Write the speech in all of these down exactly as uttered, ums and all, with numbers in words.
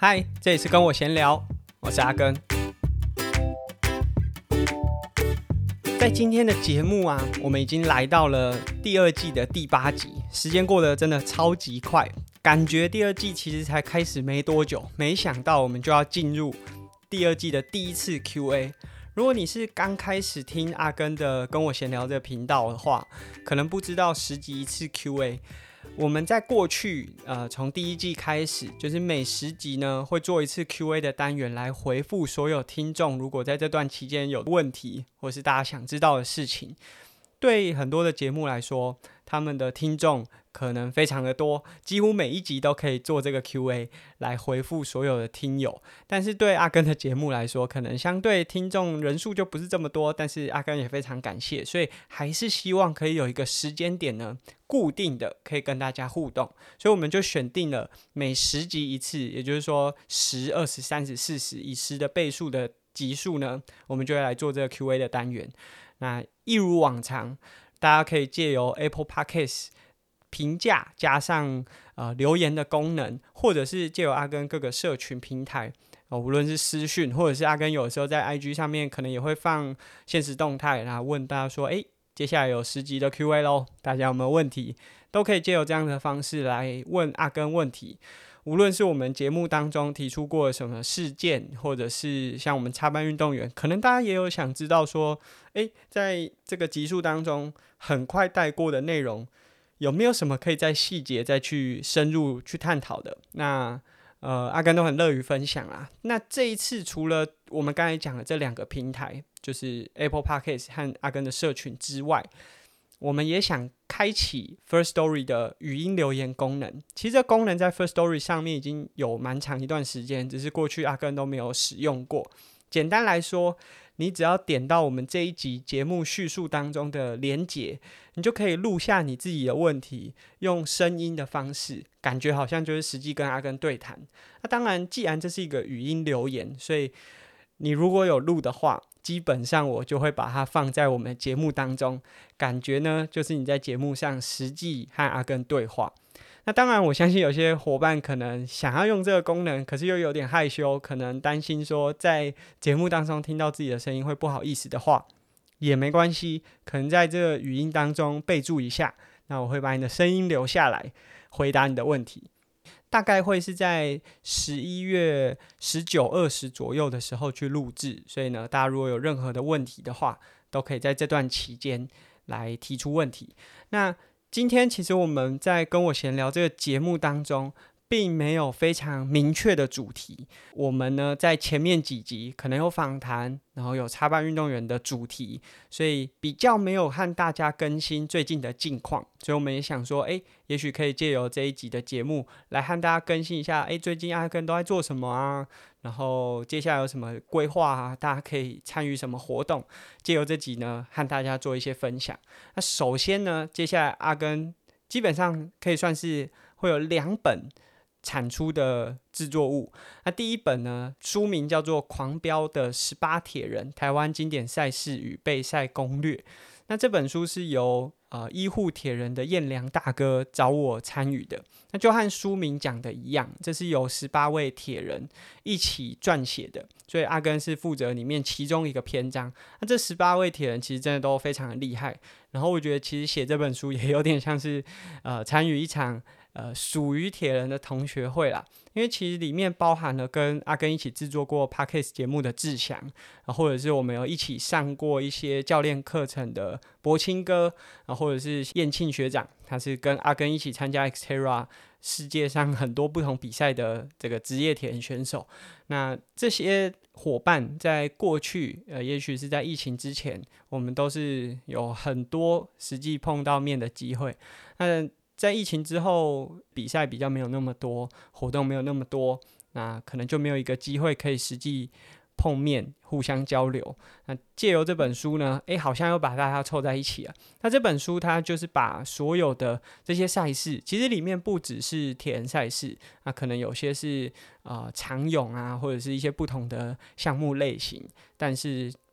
嗨，这里是跟我闲聊，我是阿根。在今天的节目啊，我们已经来到了第二季的第八集，时间过得真的超级快，感觉第二季其实才开始没多久，没想到我们就要进入第二季的第一次 Q A。如果你是刚开始听阿根的跟我闲聊这个频道的话，可能不知道十集一次 Q A。我们在过去，呃，从第一季开始，就是每十集呢会做一次 Q A 的单元，来回复所有听众如果在这段期间有问题，或是大家想知道的事情。对很多的节目来说，他们的听众可能非常的多，几乎每一集都可以做这个 Q A 来回复所有的听友。但是对阿根的节目来说，可能相对听众人数就不是这么多，但是阿根也非常感谢，所以还是希望可以有一个时间点呢，固定的可以跟大家互动，所以我们就选定了每十集一次，也就是说十、二十、三十、四十，以十的倍数的集数呢，我们就会来做这个 Q A 的单元。那一如往常，大家可以借由 Apple Podcast 评价加上、呃、留言的功能，或者是借由阿根各个社群平台、呃、无论是私讯，或者是阿根有时候在 I G 上面可能也会放限时动态，然后问大家说，哎，接下来有十集的 Q A 咯，大家有没有问题？都可以借由这样的方式来问阿根问题。无论是我们节目当中提出过什么事件，或者是像我们插班运动员，可能大家也有想知道说，哎，在这个集数当中很快带过的内容，有没有什么可以在细节再去深入去探讨的？那呃，阿根都很乐于分享啦。那这一次除了我们刚才讲的这两个平台，就是 Apple Podcast 和阿根的社群之外，我们也想开启 Firstory 的语音留言功能。其实这功能在 Firstory 上面已经有蛮长一段时间，只是过去阿根都没有使用过。简单来说，你只要点到我们这一集节目叙述当中的连结，你就可以录下你自己的问题，用声音的方式，感觉好像就是实际跟阿根对谈。那当然，既然这是一个语音留言，所以你如果有录的话，基本上我就会把它放在我们的节目当中，感觉呢就是你在节目上实际和阿根对话。那当然我相信有些伙伴可能想要用这个功能，可是又有点害羞，可能担心说在节目当中听到自己的声音会不好意思的话，也没关系，可能在这个语音当中备注一下，那我会把你的声音留下来回答你的问题。大概会是在十一月十九、二十左右的时候去录制，所以呢，大家如果有任何的问题的话，都可以在这段期间来提出问题。那今天其实我们在跟我闲聊这个节目当中，并没有非常明确的主题。我们呢在前面几集可能有访谈，然后有插班运动员的主题，所以比较没有和大家更新最近的近况。所以我们也想说，哎，也许可以借由这一集的节目来和大家更新一下，哎，最近阿根都在做什么啊？然后接下来有什么规划啊？大家可以参与什么活动？借由这集呢，和大家做一些分享。那首先呢，接下来阿根基本上可以算是会有两本产出的制作物。那第一本呢，书名叫做《狂飙的十八铁人：台湾经典赛事与备赛攻略》。那这本书是由呃医护铁人的彦良大哥找我参与的。那就和书名讲的一样，这是由十八位铁人一起撰写的，所以阿根是负责里面其中一个篇章。那这十八位铁人其实真的都非常的厉害。然后我觉得其实写这本书也有点像是呃参与一场呃属于铁人的同学会啦。因为其实里面包含了跟阿根一起制作过 Podcast 节目的志祥，或者是我们有一起上过一些教练课程的柏青哥，或者是燕庆学长，他是跟阿根一起参加 Xterra 世界上很多不同比赛的这个职业铁人选手。那这些伙伴在过去，呃，也许是在疫情之前，我们都是有很多实际碰到面的机会。那在疫情之后，比赛比较没有那么多，活动没有那么多，那可能就没有一个机会可以实际碰面互相交流。那借由这本书呢，诶，好像又把大家凑在一起了。那这本书它就是把所有的这些赛事，其实里面不只是铁人赛事，那可能有些是呃长泳啊，或者是一些不同的项目类型，但是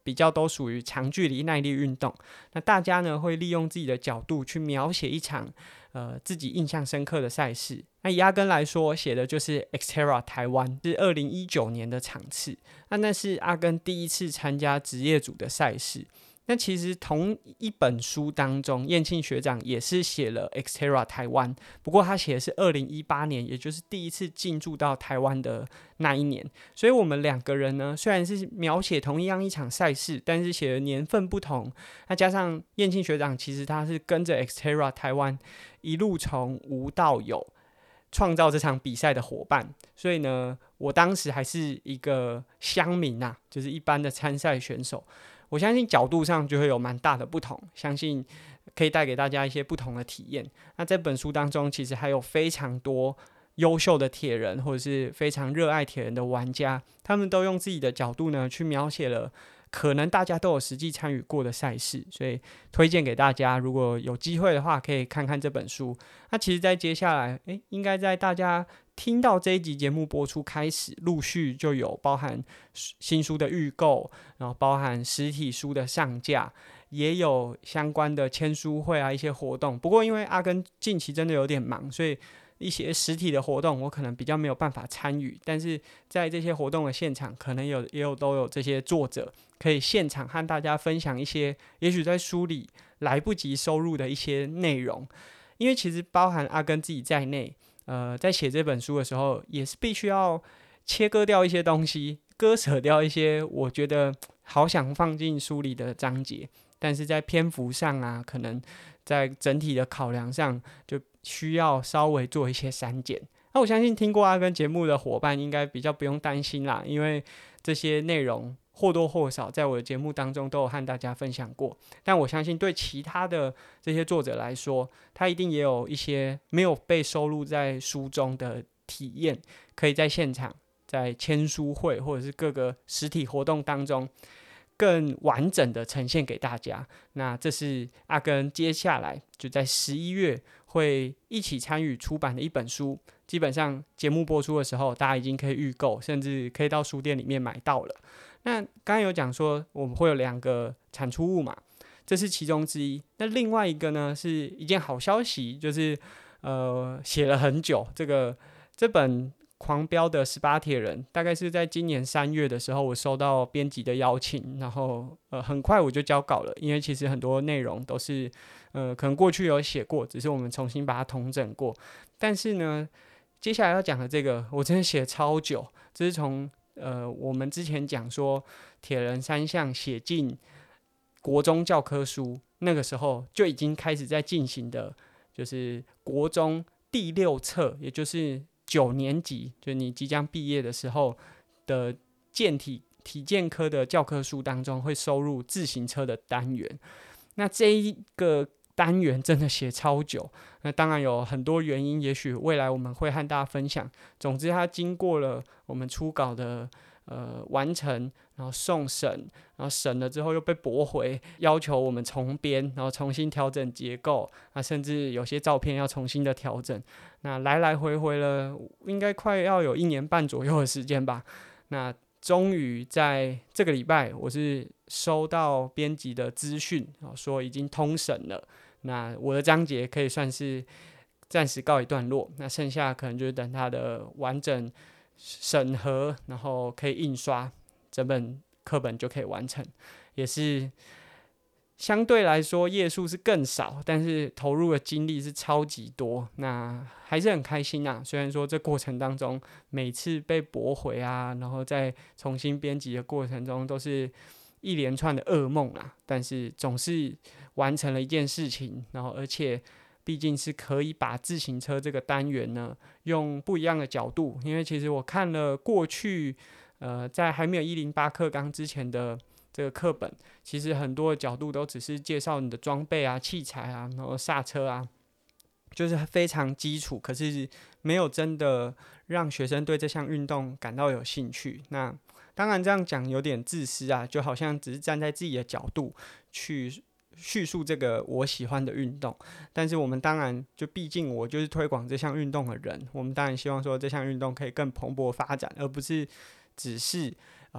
比较都属于长距离耐力运动。那大家呢会利用自己的角度去描写一场呃自己印象深刻的赛事。那以阿根来说，写的就是 Xterra 台湾，是二零一九年的场次。那那是阿根第一次参加职业组的赛事。那其实同一本书当中，燕庆学长也是写了 Xterra 台湾，不过他写的是二零一八年，也就是第一次进驻到台湾的那一年。所以我们两个人呢，虽然是描写同一样一场赛事，但是写的年份不同。那加上燕庆学长，其实他是跟着 Xterra 台湾一路从无到有，创造这场比赛的伙伴。所以呢，我当时还是一个乡民啊，就是一般的参赛选手。我相信角度上就会有蛮大的不同，相信可以带给大家一些不同的体验。那这本书当中，其实还有非常多优秀的铁人，或者是非常热爱铁人的玩家，他们都用自己的角度呢，去描写了可能大家都有实际参与过的赛事，所以推荐给大家，如果有机会的话，可以看看这本书。那其实在接下来，诶，应该在大家听到这一集节目播出开始，陆续就有包含新书的预购，然后包含实体书的上架，也有相关的签书会啊，一些活动。不过因为阿根近期真的有点忙，所以一些实体的活动我可能比较没有办法参与，但是在这些活动的现场，可能有也有都有这些作者可以现场和大家分享一些也许在书里来不及收录的一些内容。因为其实包含阿根自己在内，呃，在写这本书的时候，也是必须要切割掉一些东西，割舍掉一些我觉得好想放进书里的章节，但是在篇幅上啊，可能在整体的考量上，就需要稍微做一些删减。那我相信听过阿根节目的伙伴应该比较不用担心啦，因为这些内容或多或少在我的节目当中都有和大家分享过。但我相信对其他的这些作者来说，他一定也有一些没有被收录在书中的体验，可以在现场在签书会或者是各个实体活动当中更完整的呈现给大家。那这是阿根接下来就在十一月会一起参与出版的一本书，基本上节目播出的时候大家已经可以预购，甚至可以到书店里面买到了。那刚刚有讲说我们会有两个产出物嘛，这是其中之一。那另外一个呢是一件好消息，就是呃写了很久，这个这本狂飙的十八铁人，大概是在今年三月的时候，我收到编辑的邀请，然后呃很快我就交稿了，因为其实很多内容都是呃可能过去有写过，只是我们重新把它统整过。但是呢，接下来要讲的这个，我真的写超久，这是从呃我们之前讲说铁人三项写进国中教科书，那个时候就已经开始在进行的，就是国中第六册，也就是九年级，就你即将毕业的时候的健体体健科的教科书当中会收入自行车的单元。那这一个单元真的写超久，那当然有很多原因，也许未来我们会和大家分享。总之它经过了我们初稿的呃完成，然后送审，然后审了之后又被驳回，要求我们重编，然后重新调整结构，啊，甚至有些照片要重新的调整。那来来回回了，应该快要有一年半左右的时间吧。那终于在这个礼拜，我是收到编辑的资讯，说已经通审了。那我的章节可以算是暂时告一段落，那剩下可能就是等它的完整审核，然后可以印刷，整本课本就可以完成，也是相对来说页数是更少，但是投入的精力是超级多，那还是很开心啊。虽然说这过程当中每次被驳回啊，然后再重新编辑的过程中都是一连串的噩梦啊，但是总是完成了一件事情，然后而且毕竟是可以把自行车这个单元呢用不一样的角度，因为其实我看了过去呃在还没有一零八课纲之前的这个课本，其实很多的角度都只是介绍你的装备啊、器材啊，然后刹车啊，就是非常基础，可是没有真的让学生对这项运动感到有兴趣。那当然这样讲有点自私啊，就好像只是站在自己的角度去叙述这个我喜欢的运动，但是我们当然就毕竟我就是推广这项运动的人，我们当然希望说这项运动可以更蓬勃发展，而不是只是啊、呃、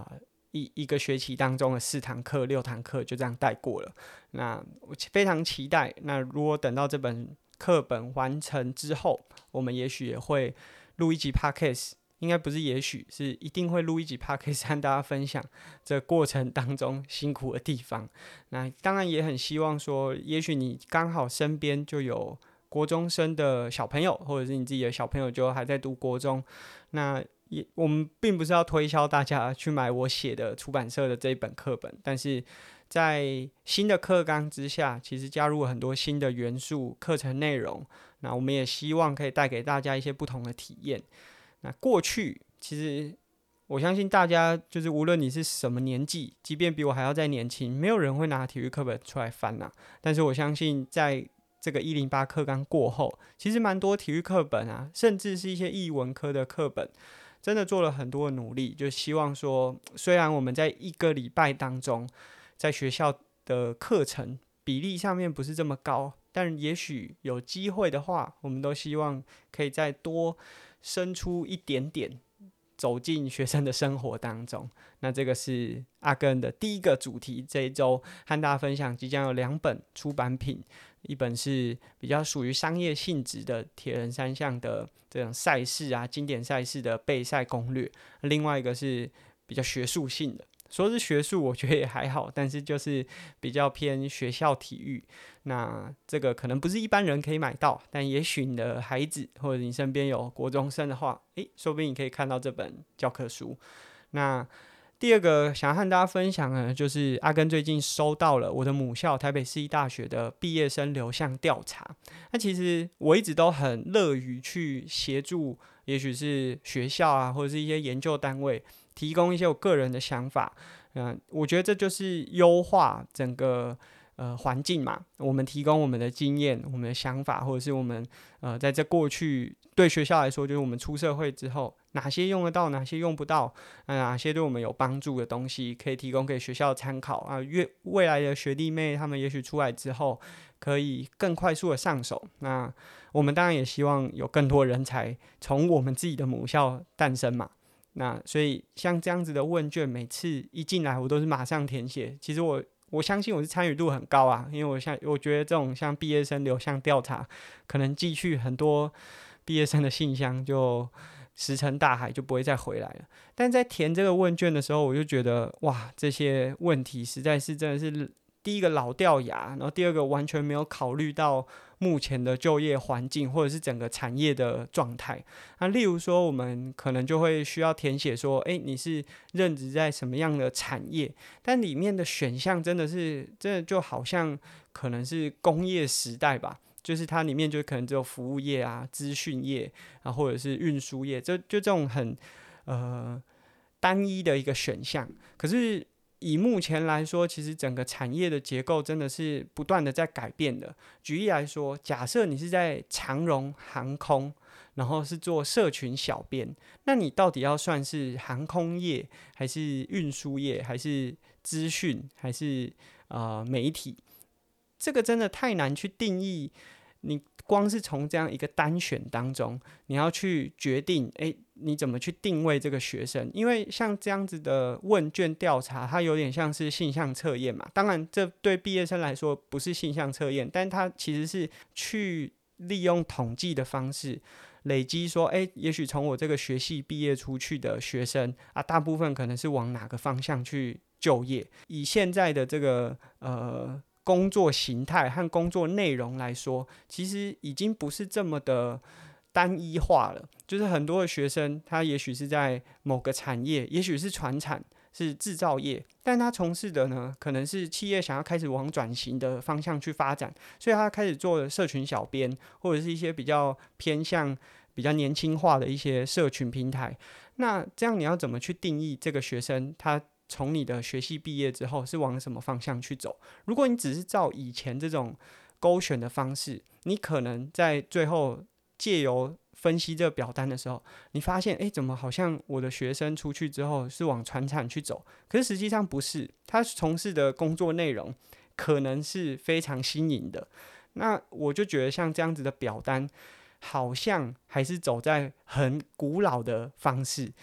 一一个学期当中的四堂课、六堂课就这样带过了。那我非常期待，那如果等到这本课本完成之后，我们也许也会录一集 podcast， 应该不是也许是一定会录一集 podcast 和大家分享这过程当中辛苦的地方。那当然也很希望说，也许你刚好身边就有国中生的小朋友，或者是你自己的小朋友就还在读国中，那也我们并不是要推销大家去买我写的出版社的这一本课本，但是在新的课纲之下，其实加入了很多新的元素、课程内容。那我们也希望可以带给大家一些不同的体验。那过去其实我相信大家就是无论你是什么年纪，即便比我还要再年轻，没有人会拿体育课本出来翻呐、啊。但是我相信在这个一零八课纲过后，其实蛮多体育课本啊，甚至是一些艺文科的课本，真的做了很多的努力，就希望说，虽然我们在一个礼拜当中，在学校的课程比例上面不是这么高，但也许有机会的话，我们都希望可以再多生出一点点，走进学生的生活当中。那这个是阿根的第一个主题，这一周和大家分享即将有两本出版品，一本是比较属于商业性质的铁人三项的这种赛事啊，经典赛事的备赛攻略，另外一个是比较学术性的。说是学术，我觉得也还好，但是就是比较偏学校体育。那这个可能不是一般人可以买到，但也许你的孩子或者你身边有国中生的话，诶，说不定你可以看到这本教科书。那第二个想要和大家分享的，就是阿根最近收到了我的母校台北市立大学的毕业生流向调查。那其实我一直都很乐于去协助，也许是学校啊，或者是一些研究单位，提供一些我个人的想法。嗯、呃，我觉得这就是优化整个呃环境嘛。我们提供我们的经验、我们的想法，或者是我们呃在这过去对学校来说，就是我们出社会之后，哪些用得到，哪些用不到，呃、哪些对我们有帮助的东西，可以提供给学校参考啊。越未来的学弟妹他们也许出来之后，可以更快速的上手。那我们当然也希望有更多人才从我们自己的母校诞生嘛。那所以像这样子的问卷，每次一进来我都是马上填写。其实我我相信我是参与度很高啊，因为我像我觉得这种像毕业生流向调查，可能寄去很多毕业生的信箱就石沉大海，就不会再回来了。但在填这个问卷的时候，我就觉得哇，这些问题实在是真的是第一个老掉牙，然后第二个完全没有考虑到目前的就业环境或者是整个产业的状态。那例如说，我们可能就会需要填写说，哎，你是任职在什么样的产业？但里面的选项真的是，真的就好像可能是工业时代吧。就是它里面就可能只有服务业啊、资讯业啊，或者是运输业，就就这种很呃单一的一个选项。可是以目前来说，其实整个产业的结构真的是不断的在改变的。举例来说，假设你是在长荣航空，然后是做社群小编，那你到底要算是航空业，还是运输业，还是资讯，还是呃媒体？这个真的太难去定义。你光是从这样一个单选当中，你要去决定，哎，你怎么去定位这个学生？因为像这样子的问卷调查，它有点像是性向测验嘛。当然，这对毕业生来说不是性向测验，但它其实是去利用统计的方式，累积说，哎，也许从我这个学系毕业出去的学生啊，大部分可能是往哪个方向去就业？以现在的这个呃。工作形态和工作内容来说，其实已经不是这么的单一化了。就是很多的学生，他也许是在某个产业，也许是传产，是制造业，但他从事的呢，可能是企业想要开始往转型的方向去发展，所以他开始做社群小编，或者是一些比较偏向比较年轻化的一些社群平台。那这样你要怎么去定义这个学生他从你的学系毕业之后是往什么方向去走？如果你只是照以前这种勾选的方式，你可能在最后借由分析这个表单的时候，你发现，哎，怎么好像我的学生出去之后是往传产去走？可是实际上不是，他从事的工作内容可能是非常新颖的。那我就觉得像这样子的表单，好像还是走在很古老的方式。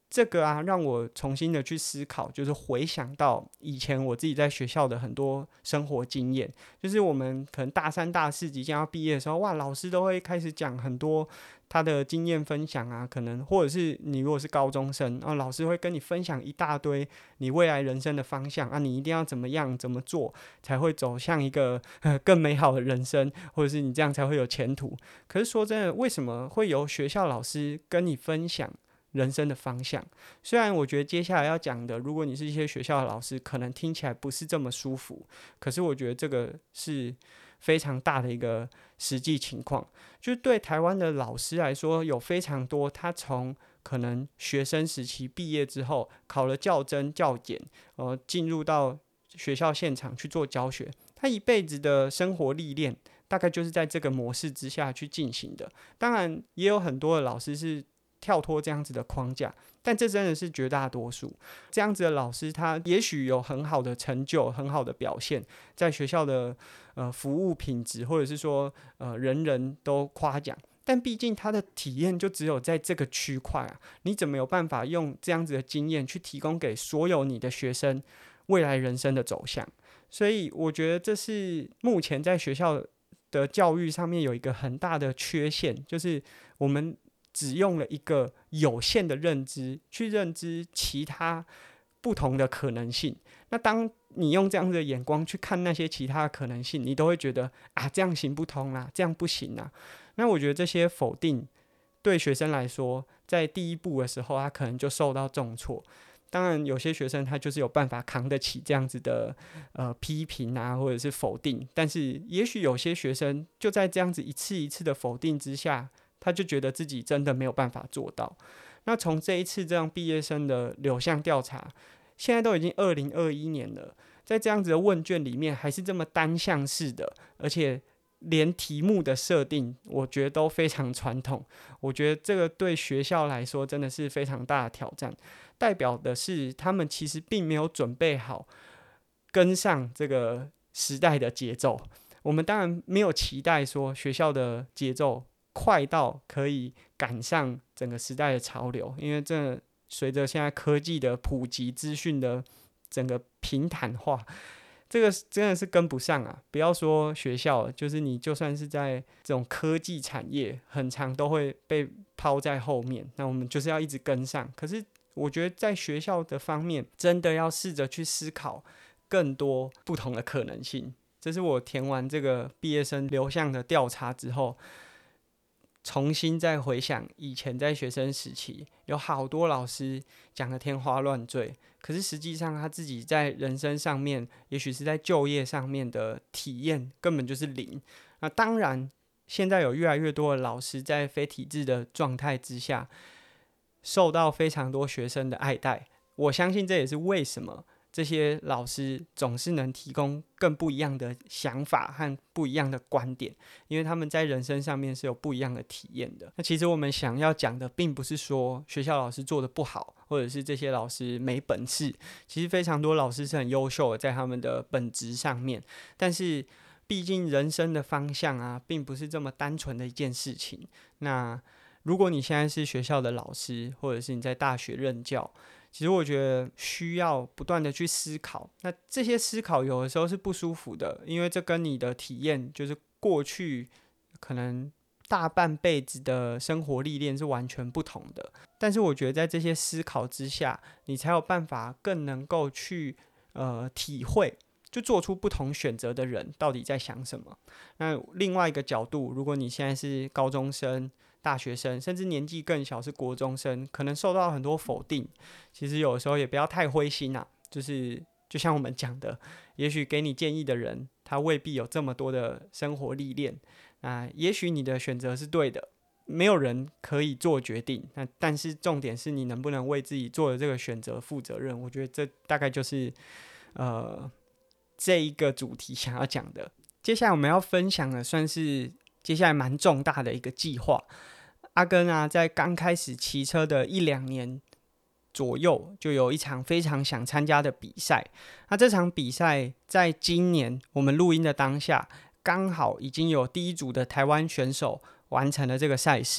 这个啊，让我重新的去思考，就是回想到以前我自己在学校的很多生活经验，就是我们可能大三、大四即将要毕业的时候，哇，老师都会开始讲很多他的经验分享啊，可能或者是你如果是高中生，然后老师会跟你分享一大堆你未来人生的方向啊，你一定要怎么样怎么做才会走向一个更美好的人生，或者是你这样才会有前途。可是说真的，为什么会由学校老师跟你分享人生的方向？虽然我觉得接下来要讲的，如果你是一些学校的老师，可能听起来不是这么舒服，可是我觉得这个是非常大的一个实际情况。就是对台湾的老师来说，有非常多他从可能学生时期毕业之后，考了教甄、教检，呃，进入到学校现场去做教学，他一辈子的生活历练，大概就是在这个模式之下去进行的。当然，也有很多的老师是跳脱这样子的框架，但这真的是绝大多数。这样子的老师，他也许有很好的成就、很好的表现，在学校的呃服务品质，或者是说呃人人都夸奖。但毕竟他的体验就只有在这个区块啊，你怎么有办法用这样子的经验去提供给所有你的学生未来人生的走向？所以我觉得这是目前在学校的教育上面有一个很大的缺陷，就是我们只用了一个有限的认知去认知其他不同的可能性。那当你用这样的眼光去看那些其他的可能性，你都会觉得啊，这样行不通啊，这样不行啊。那我觉得这些否定对学生来说，在第一步的时候，他可能就受到重挫。当然，有些学生他就是有办法扛得起这样子的呃批评啊，或者是否定。但是，也许有些学生就在这样子一次一次的否定之下，他就觉得自己真的没有办法做到。那从这一次这样毕业生的流向调查，现在都已经二零二一年了，在这样子的问卷里面，还是这么单向式的，而且连题目的设定，我觉得都非常传统。我觉得这个对学校来说真的是非常大的挑战，代表的是他们其实并没有准备好跟上这个时代的节奏。我们当然没有期待说学校的节奏快到可以赶上整个时代的潮流，因为这随着现在科技的普及、资讯的整个平坦化，这个真的是跟不上啊！不要说学校，就是你就算是在这种科技产业，很常都会被抛在后面。那我们就是要一直跟上。可是我觉得在学校的方面，真的要试着去思考更多不同的可能性。这是我填完这个毕业生流向的调查之后，重新再回想以前在学生时期，有好多老师讲得天花乱坠，可是实际上他自己在人生上面，也许是在就业上面的体验根本就是零。那当然，现在有越来越多的老师在非体制的状态之下，受到非常多学生的爱戴。我相信这也是为什么这些老师总是能提供更不一样的想法和不一样的观点，因为他们在人生上面是有不一样的体验的。那其实我们想要讲的并不是说学校老师做的不好，或者是这些老师没本事，其实非常多老师是很优秀的在他们的本质上面，但是毕竟人生的方向啊并不是这么单纯的一件事情。那如果你现在是学校的老师，或者是你在大学任教，其实我觉得需要不断的去思考，那这些思考有的时候是不舒服的，因为这跟你的体验，就是过去可能大半辈子的生活历练是完全不同的。但是我觉得在这些思考之下，你才有办法更能够去呃体会，就做出不同选择的人到底在想什么。那另外一个角度，如果你现在是高中生、大学生，甚至年纪更小是国中生，可能受到很多否定，其实有的时候也不要太灰心啊。就是就像我们讲的，也许给你建议的人，他未必有这么多的生活历练。那也许你的选择是对的，没有人可以做决定。那但是重点是你能不能为自己做的这个选择负责任。我觉得这大概就是呃这一个主题想要讲的。接下来我们要分享的算是接下来蛮重大的一个计划。阿根啊，在刚开始骑车的一两年左右，就有一场非常想参加的比赛。那这场比赛在今年我们录音的当下，刚好已经有第一组的台湾选手完成了这个赛事。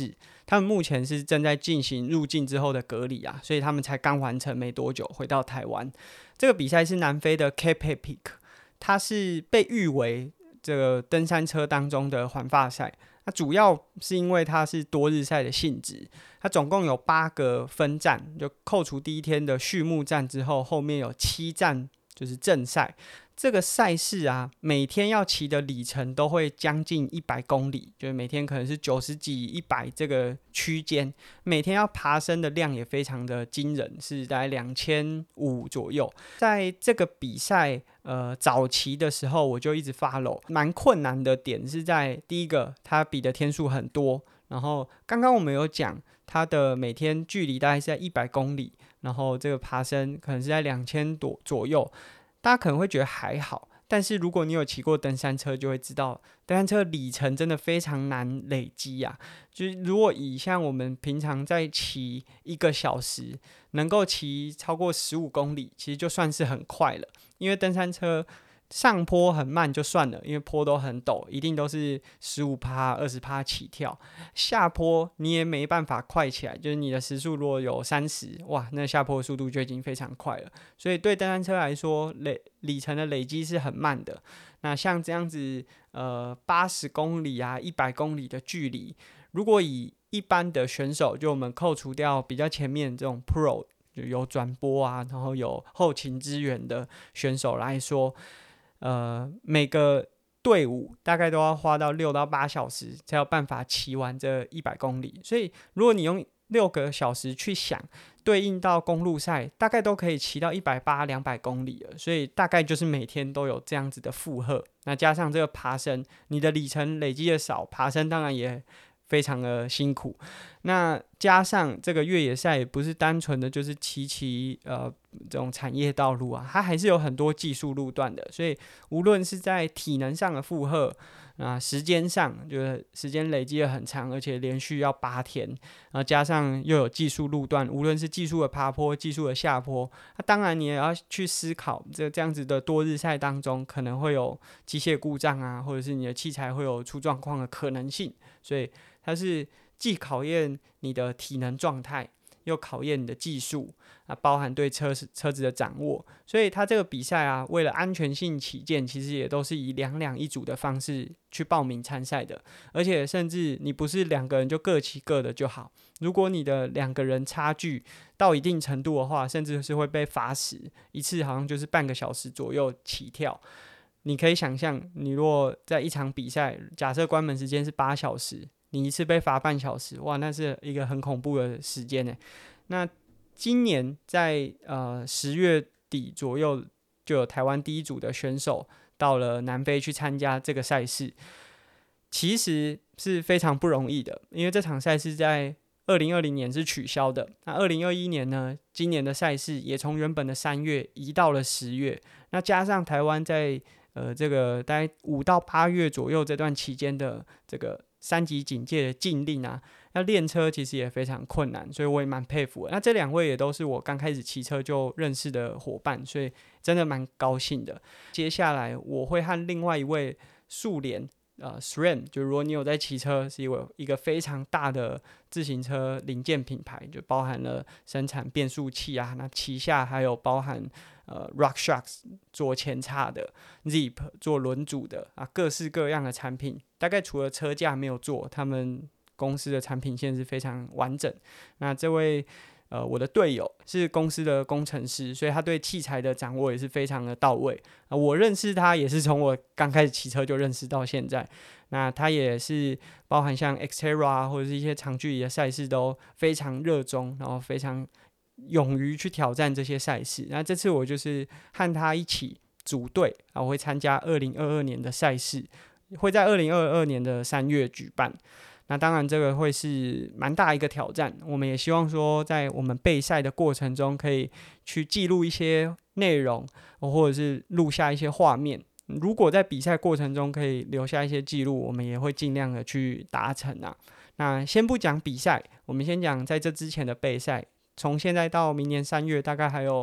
他们目前是正在进行入境之后的隔离啊，所以他们才刚完成没多久回到台湾。这个比赛是南非的 Cape Epic， 它是被誉为这个登山车当中的环法赛。那主要是因为它是多日赛的性质，它总共有八个分站，就扣除第一天的序幕战之后，后面有七站就是正赛。这个赛事啊，每天要骑的里程都会将近一百公里，就是每天可能是九十几、一百这个区间。每天要爬升的量也非常的惊人，是大概两千五左右。在这个比赛呃早期的时候，我就一直 follow， 蛮困难的点是在第一个，它比的天数很多，然后刚刚我们有讲它的每天距离大概是在一百公里，然后这个爬升可能是在两千多左右。大家可能会觉得还好，但是如果你有骑过登山车，就会知道登山车里程真的非常难累积啊。就是如果以像我们平常在骑一个小时，能够骑超过十五公里，其实就算是很快了。因为登山车上坡很慢就算了，因为坡都很陡，一定都是 百分之十五、百分之二十 起跳。下坡你也没办法快起来，就是你的时速如果有三十，哇，那下坡的速度就已经非常快了。所以对登山车来说，累里程的累积是很慢的。那像这样子，呃，八十公里啊、一百公里的距离，如果以一般的选手，就我们扣除掉比较前面这种 Pro 就有转播啊，然后有后勤支援的选手来说，呃，每个队伍大概都要花到六到八小时才有办法骑完这一百公里，所以如果你用六个小时去想，对应到公路赛，大概都可以骑到一百八、两百公里了，所以大概就是每天都有这样子的负荷。那加上这个爬升，你的里程累积的少，爬升当然也非常的辛苦。那加上这个越野赛也不是单纯的就是骑骑呃这种产业道路啊，它还是有很多技术路段的，所以无论是在体能上的负荷啊，时间上就是时间累积的很长，而且连续要八天，然后加上又有技术路段，无论是技术的爬坡、技术的下坡，那当然你也要去思考这这样子的多日赛当中可能会有机械故障啊，或者是你的器材会有出状况的可能性，所以它是既考验你的体能状态，又考验你的技术啊，包含对车车子的掌握。所以它这个比赛啊，为了安全性起见，其实也都是以两两一组的方式去报名参赛的。而且甚至你不是两个人就各骑各的就好，如果你的两个人差距到一定程度的话，甚至是会被罚时，一次好像就是半个小时左右起跳。你可以想象，你如果在一场比赛，假设关门时间是八小时，你一次被罚半小时，哇，那是一个很恐怖的时间呢。那今年在呃十月底左右，就有台湾第一组的选手到了南非去参加这个赛事，其实是非常不容易的，因为这场赛事在二零二零年是取消的，那二零二一年呢，今年的赛事也从原本的三月移到了十月，那加上台湾在呃这个大概五到八月左右这段期间的这个三级警戒的禁令啊，要练车其实也非常困难，所以我也蛮佩服的。那这两位也都是我刚开始骑车就认识的伙伴，所以真的蛮高兴的。接下来我会和另外一位速联呃 S R A M， 就如果你有在骑车，是一个非常大的自行车零件品牌，就包含了生产变速器啊，那旗下还有包含呃 RockShox 做前叉的 ，Zip 做轮组的啊，各式各样的产品。大概除了车架没有做，他们公司的产品线是非常完整。那这位呃我的队友是公司的工程师，所以他对器材的掌握也是非常的到位。啊，我认识他也是从我刚开始骑车就认识到现在。那他也是包含像 Xterra 啊，或者是一些长距离的赛事都非常热衷，然后非常勇于去挑战这些赛事。那这次我就是和他一起组队啊，我会参加二零二二年的赛事，会在二零二二年的三月举办。那当然这个会是蛮大一个挑战，我们也希望说在我们备赛的过程中可以去记录一些内容，或者是录下一些画面。如果在比赛过程中可以留下一些记录，我们也会尽量的去达成啊。那先不讲比赛，我们先讲在这之前的备赛，从现在到明年三月大概还有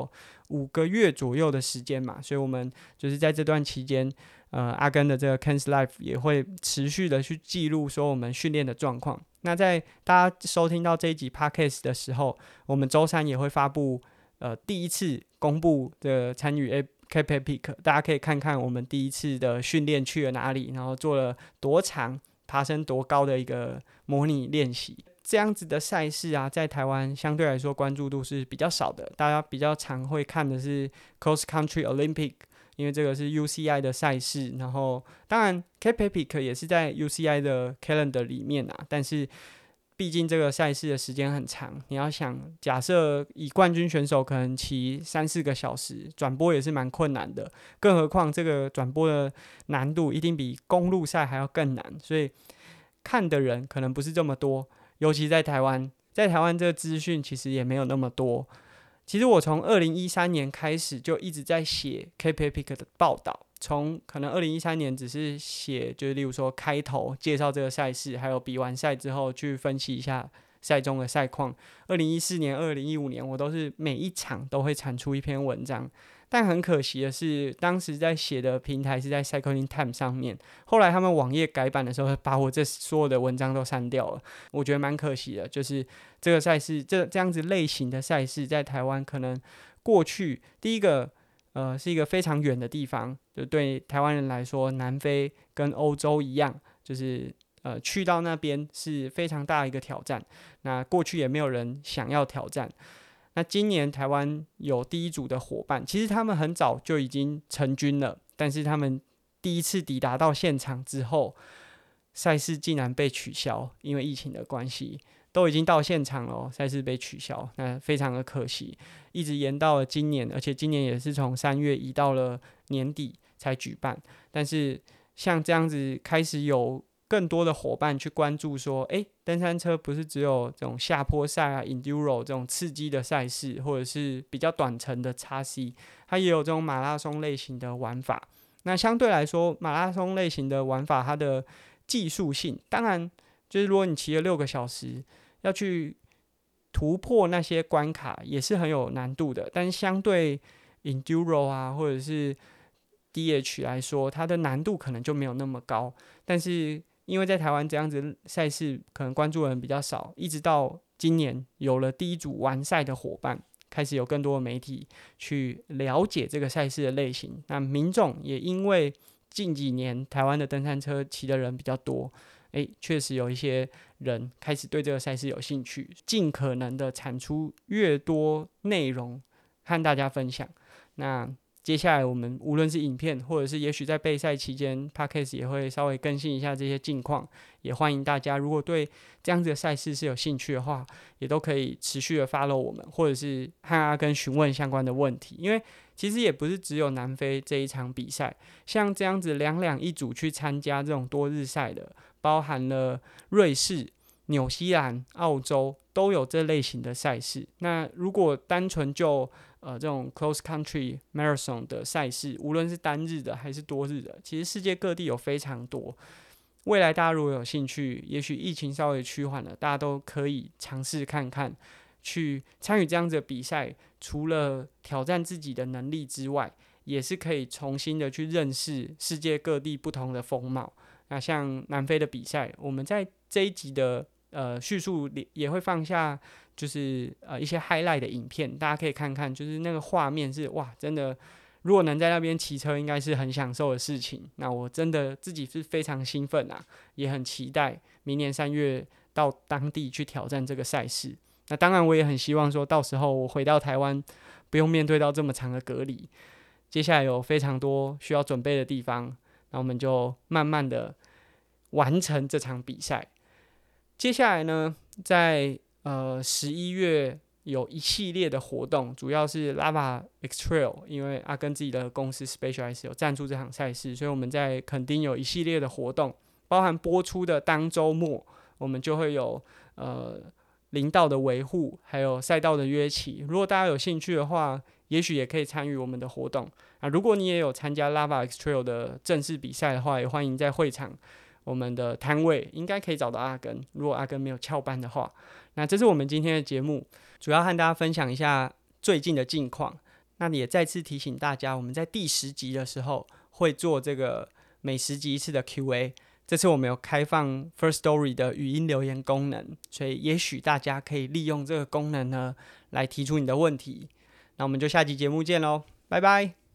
五个月左右的时间嘛，所以我们就是在这段期间，呃，阿根的这个 Ken's Life 也会持续的去记录说我们训练的状况。那在大家收听到这一集 Podcast 的时候，我们周三也会发布呃第一次公布的参与 Cape Epic， 大家可以看看我们第一次的训练去了哪里，然后做了多长、爬升多高的一个模拟练习。这样子的赛事啊，在台湾相对来说关注度是比较少的，大家比较常会看的是 Cross Country Olympic， 因为这个是 U C I 的赛事，然后当然 Cape Epic 也是在 U C I 的 calendar 里面啊，但是毕竟这个赛事的时间很长，你要想，假设以冠军选手可能骑三四个小时，转播也是蛮困难的，更何况这个转播的难度一定比公路赛还要更难，所以看的人可能不是这么多，尤其在台湾，在台湾这个资讯其实也没有那么多。其实我从二零一三年开始就一直在写 Cape Epic 的报道，从可能二零一三年只是写，就是例如说开头介绍这个赛事，还有比完赛之后去分析一下赛中的赛况。二零一四年、二零一五年，我都是每一场都会产出一篇文章。但很可惜的是，当时在写的平台是在 Cycling Time 上面，后来他们网页改版的时候，把我这所有的文章都删掉了，我觉得蛮可惜的。就是这个赛事，这这样子类型的赛事，在台湾可能过去第一个，呃，是一个非常远的地方，就对台湾人来说，南非跟欧洲一样，就是呃去到那边是非常大的一个挑战。那过去也没有人想要挑战。那今年台湾有第一组的伙伴，其实他们很早就已经成军了，但是他们第一次抵达到现场之后，赛事竟然被取消，因为疫情的关系，都已经到现场了，赛事被取消，那非常的可惜，一直延到了今年，而且今年也是从三月移到了年底才举办。但是像这样子开始有更多的伙伴去关注说，哎，登山车不是只有这种下坡赛啊 Enduro 这种刺激的赛事，或者是比较短程的 X C， 它也有这种马拉松类型的玩法。那相对来说，马拉松类型的玩法，它的技术性，当然就是如果你骑了六个小时，要去突破那些关卡，也是很有难度的。但是相对 Enduro 啊，或者是 D H 来说，它的难度可能就没有那么高。但是因为在台湾这样子赛事可能关注的人比较少，一直到今年有了第一组完赛的伙伴，开始有更多的媒体去了解这个赛事的类型。那民众也因为近几年台湾的登山车骑的人比较多，诶，确实有一些人开始对这个赛事有兴趣，尽可能的产出越多内容和大家分享。那接下来我们无论是影片，或者是也许在备赛期间 Podcast 也会稍微更新一下这些近况，也欢迎大家如果对这样子的赛事是有兴趣的话，也都可以持续的 follow 我们，或者是和阿根询问相关的问题。因为其实也不是只有南非这一场比赛，像这样子两两一组去参加这种多日赛的，包含了瑞士、纽西兰、澳洲都有这类型的赛事。那如果单纯就呃这种 cross country marathon 的赛事，无论是单日的还是多日的，其实世界各地有非常多。未来大家如果有兴趣，也许疫情稍微趋缓了，大家都可以尝试看看，去参与这样子的比赛。除了挑战自己的能力之外，也是可以重新的去认识世界各地不同的风貌。那像南非的比赛，我们在这一集的呃叙述里也会放下，就是呃一些 highlight 的影片，大家可以看看，就是那个画面是哇，真的，如果能在那边骑车，应该是很享受的事情。那我真的自己是非常兴奋啊，也很期待明年三月到当地去挑战这个赛事。那当然，我也很希望说到时候我回到台湾，不用面对到这么长的隔离。接下来有非常多需要准备的地方，那我们就慢慢的完成这场比赛。接下来呢，在呃十一月有一系列的活动，主要是 Lava X Trail， 因为阿根自己的公司 Specialized 有赞助这场赛事，所以我们在垦丁有一系列的活动，包含播出的当周末，我们就会有呃林道的维护，还有赛道的约骑。如果大家有兴趣的话，也许也可以参与我们的活动啊。如果你也有参加 Lava X Trail 的正式比赛的话，也欢迎在会场我们的摊位应该可以找到阿根。如果阿根没有翘班的话，那这是我们今天的节目，主要和大家分享一下最近的近况。 那也再次提醒大家，我们在第十集的时候会做这个每十集一次的 Q A。这次我们有开放 Firstory 的语音留言功能，所以也许大家可以利用这个功能呢，来提出你的问题。那我们就下集节目见喽，拜拜。